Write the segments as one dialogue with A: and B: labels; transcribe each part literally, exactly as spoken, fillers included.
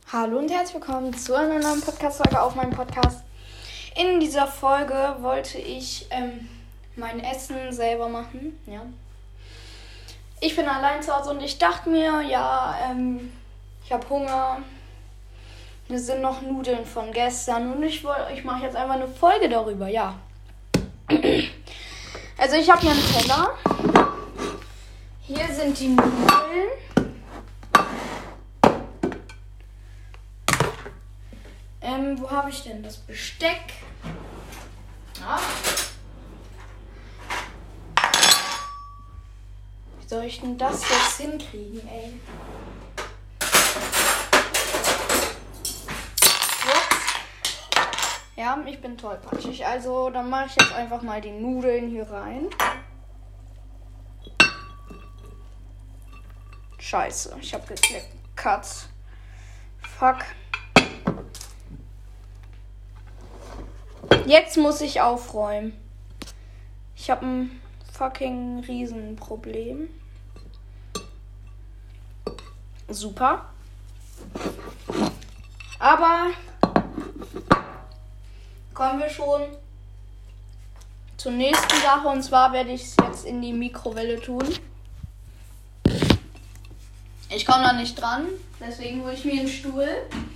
A: Hallo und herzlich willkommen zu einer neuen Podcast-Folge auf meinem Podcast. In dieser Folge wollte ich ähm, mein Essen selber machen. Ja. Ich bin allein zu Hause und ich dachte mir, ja, ähm, ich habe Hunger. Hier sind noch Nudeln von gestern und ich wollte, ich mache jetzt einfach eine Folge darüber, ja. Also ich habe hier einen Teller. Hier sind die Nudeln. Ähm, wo habe ich denn das Besteck? Ja. Wie soll ich denn das jetzt hinkriegen, ey? So. Ja, ich bin tollpatschig. Also, dann mache ich jetzt einfach mal die Nudeln hier rein. Scheiße, ich habe geklickt. Cut. Fuck. Jetzt muss ich aufräumen. Ich habe ein fucking Riesenproblem. Super. Aber kommen wir schon zur nächsten Sache. Und zwar werde ich es jetzt in die Mikrowelle tun. Ich komme da nicht dran. Deswegen hole ich mir einen Stuhl.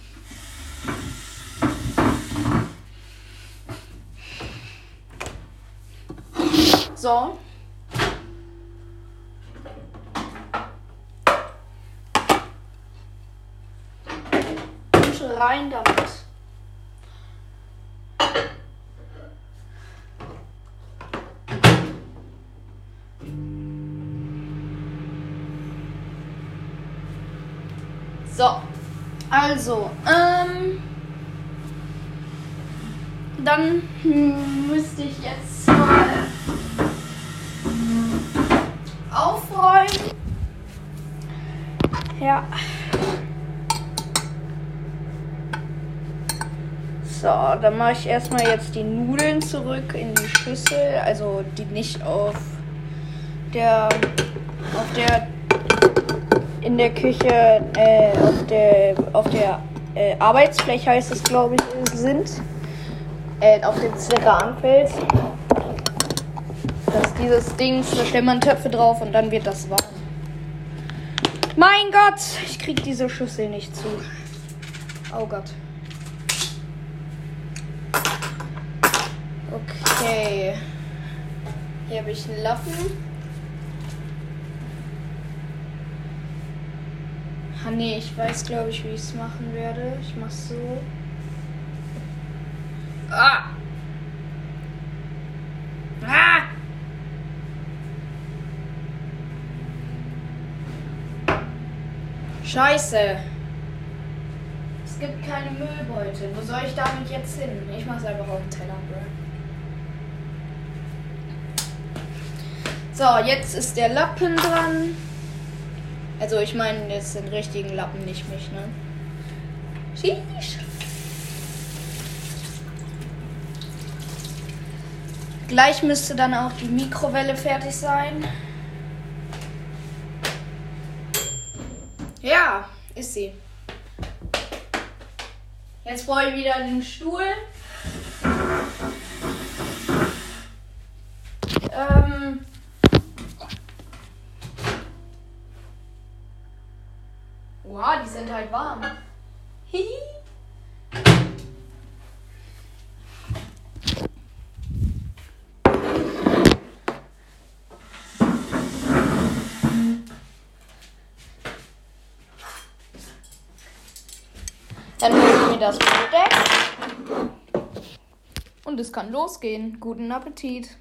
A: So. Und rein damit. So. Also, ähm. Dann hm, müsste ich jetzt mal aufräumen. Ja. So, dann mache ich erstmal jetzt die Nudeln zurück in die Schüssel. Also die nicht auf der auf der in der Küche äh, auf der auf der äh, Arbeitsfläche heißt es, glaube ich, sind. Äh, auf dem Ceranfeld. Das ist dieses Ding, da stellt man Töpfe drauf und dann wird das warm. Mein Gott, ich krieg diese Schüssel nicht zu. Oh Gott. Okay. Hier habe ich einen Lappen. Ah nee, ich weiß, glaube ich, wie ich es machen werde. Ich mach's so. Ah! Ah! Scheiße. Es gibt keine Müllbeutel. Wo soll ich damit jetzt hin? Ich mach's einfach auf den Teller. So, jetzt ist der Lappen dran. Also ich meine jetzt den richtigen Lappen, nicht mich, ne? Sheesh. Gleich müsste dann auch die Mikrowelle fertig sein. Ja, ist sie. Jetzt brauche ich wieder den Stuhl. Ähm. Wow, die sind halt warm. Hihi. Dann hole ich mir das Besteck. Und es kann losgehen. Guten Appetit.